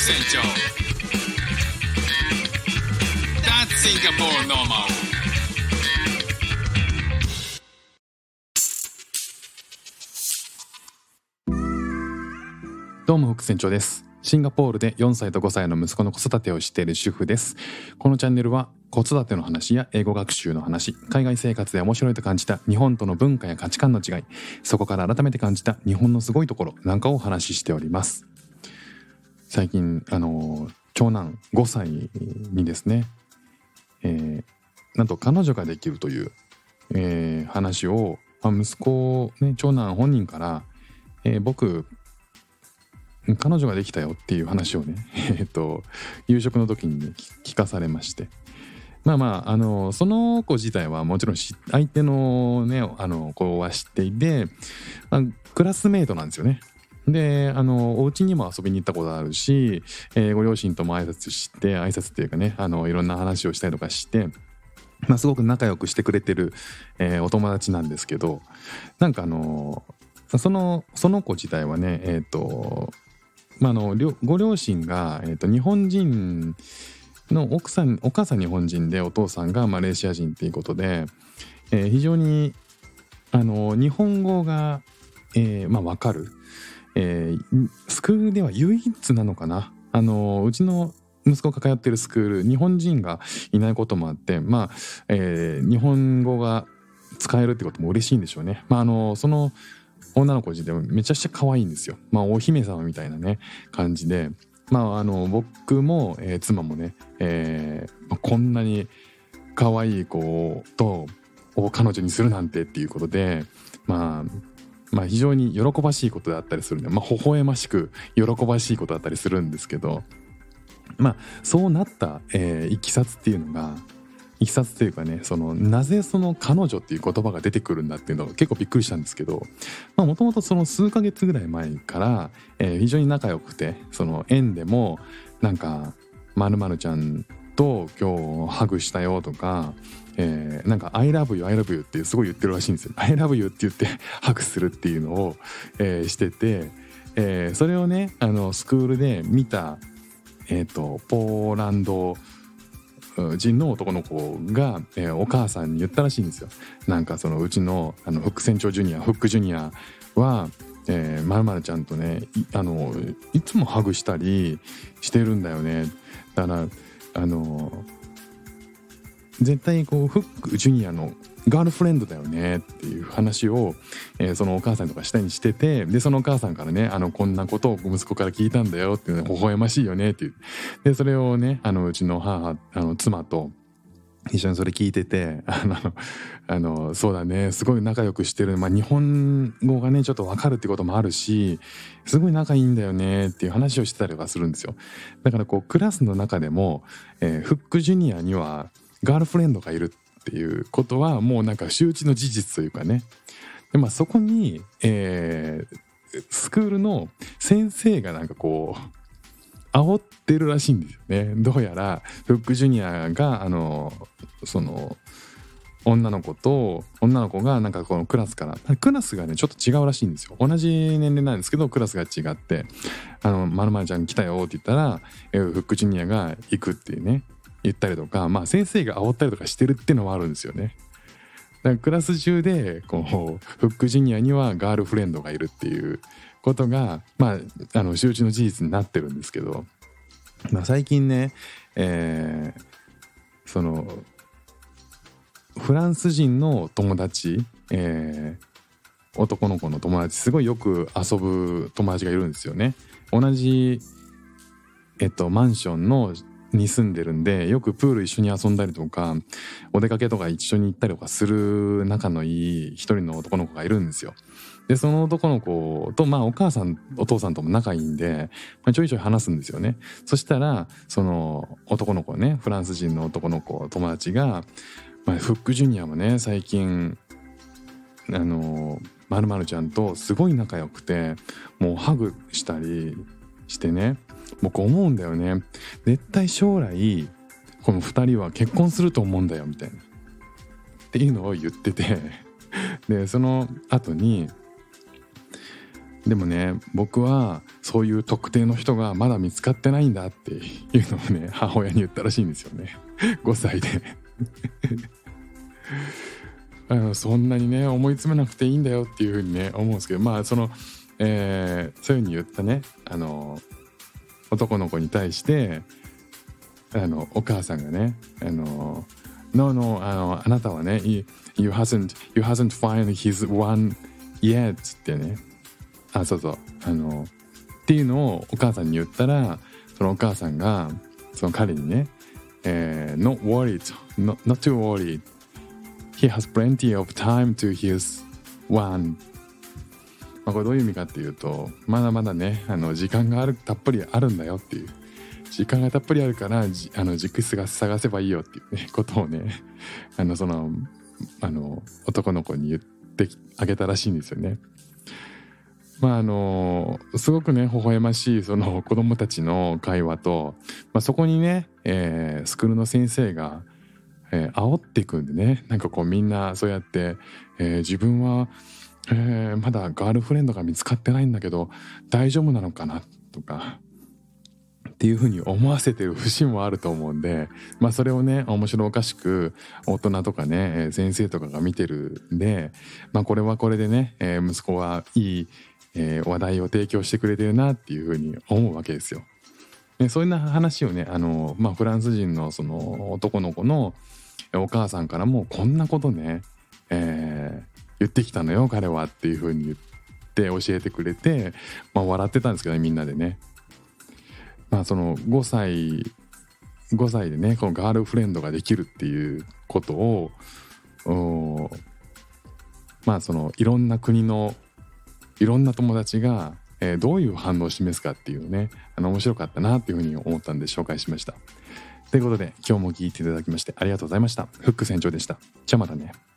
船長 That's Singapore normal。 どうも副船長です。シンガポールで4歳と5歳の息子の子育てをしている主婦です。このチャンネルは子育ての話や英語学習の話、海外生活で面白いと感じた日本との文化や価値観の違い、そこから改めて感じた日本のすごいところなんかをお話ししております。最近長男5歳にですね、なんと彼女ができるという、話を、息子、ね、長男本人から、僕彼女ができたよっていう話をね夕食の時に、ね、聞かされまして、その子自体はもちろん相手のね子は知っていて、クラスメートなんですよね。でお家にも遊びに行ったことあるし、ご両親とも挨拶っていうかねいろんな話をしたりとかして、すごく仲良くしてくれてる、お友達なんですけど、なんかその子自体はねご両親が、日本人のお母さん日本人でお父さんがマレーシア人っていうことで、非常に日本語が、分かる、スクールでは唯一なのかな。うちの息子が通ってるスクール、日本人がいないこともあって、日本語が使えるってことも嬉しいんでしょうね。その女の子自体はめちゃくちゃ可愛いんですよ。お姫様みたいなね感じで、僕も、妻もね、こんなに可愛い子を彼女にするなんてっていうことで、非常に喜ばしいことだったりするんで、微笑ましく喜ばしいことだったりするんですけど、そうなった、いきさつっていうのが、いきさつというかね、なぜその彼女っていう言葉が出てくるんだっていうのが結構びっくりしたんですけど、もともとその数ヶ月ぐらい前から、非常に仲良くて、その園でもなんか〇〇ちゃんと今日ハグしたよとか、なんか I love you I love you ってすごい言ってるらしいんですよ。I love you って言ってハグするっていうのを、してて、それをねスクールで見た、ポーランド人の男の子が、お母さんに言ったらしいんですよ。なんかうちのフック船長ジュニアはまるまるちゃんとねいつもハグしたりしてるんだよね。だから絶対フックジュニアのガールフレンドだよねっていう話を、そのお母さんとか下にしてて、でそのお母さんからねこんなことを息子から聞いたんだよっていう、微笑ましいよねっていう、でそれをねうちの妻と一緒にそれ聞いてて、そうだね、すごい仲良くしてる、日本語がねちょっと分かるってこともあるし、すごい仲いいんだよねっていう話をしてたりとかするんですよ。だからクラスの中でも、フックジュニアにはガールフレンドがいるっていうことはもうなんか周知の事実というかね。で、そこに、スクールの先生がなんか煽ってるらしいんですよね。どうやらフックジュニアがその女の子がなんかこのクラスがねちょっと違うらしいんですよ。同じ年齢なんですけどクラスが違って、まるまるちゃん来たよって言ったら、フックジュニアが行くっていうね言ったりとか、先生が煽ったりとかしてるっていうのもあるんですよね。だからクラス中でフックジュニアにはガールフレンドがいるっていうことが周知の事実になってるんですけど、最近ね、そのフランス人の友達、男の子の友達、すごいよく遊ぶ友達がいるんですよね。同じマンションに住んでるんで、よくプール一緒に遊んだりとかお出かけとか一緒に行ったりとかする仲のいい一人の男の子がいるんですよ。でその男の子とお母さんお父さんとも仲いいんで、ちょいちょい話すんですよね。そしたらその男の子ね、フランス人の男の子友達が、フックジュニアもね最近まるまるちゃんとすごい仲良くて、もうハグしたりしてね、僕思うんだよね、絶対将来この2人は結婚すると思うんだよみたいなっていうのを言ってて、でその後にでもね、僕はそういう特定の人がまだ見つかってないんだっていうのをね、母親に言ったらしいんですよね。5歳でそんなにね思い詰めなくていいんだよっていうふうにね思うんですけど、まあそういうふうに言ったね男の子に対してお母さんがねNo, あなたはね you hasn't find his one yet つってね、そうっていうのをお母さんに言ったら、そのお母さんがその彼にね、Not worried, not too worried, he has plenty of time to his one。これどういう意味かっていうと、まだまだね時間がたっぷりあるんだよっていう、時間がたっぷりあるからじっくり探せばいいよっていう、ね、ことをね男の子に言ってあげたらしいんですよね。すごくね微笑ましいその子供たちの会話と、そこにね、スクールの先生が、煽っていくんでね、なんかこうみんなそうやって、自分はまだガールフレンドが見つかってないんだけど大丈夫なのかなとかっていうふうに思わせてる節もあると思うんで、それをね面白おかしく大人とかね先生とかが見てるんで、これはこれでね、息子はいい、話題を提供してくれてるなっていうふうに思うわけですよ。そういう話をねフランス人のその男の子のお母さんからもこんなことね、言ってきたのよ彼はっていう風に言って教えてくれて、笑ってたんですけどね、みんなでね。その5歳でねこのガールフレンドができるっていうことをそのいろんな国のいろんな友達が、どういう反応を示すかっていうのね面白かったなっていう風に思ったんで紹介しました。ということで今日も聞いていただきましてありがとうございました。フック船長でした。じゃあまたね。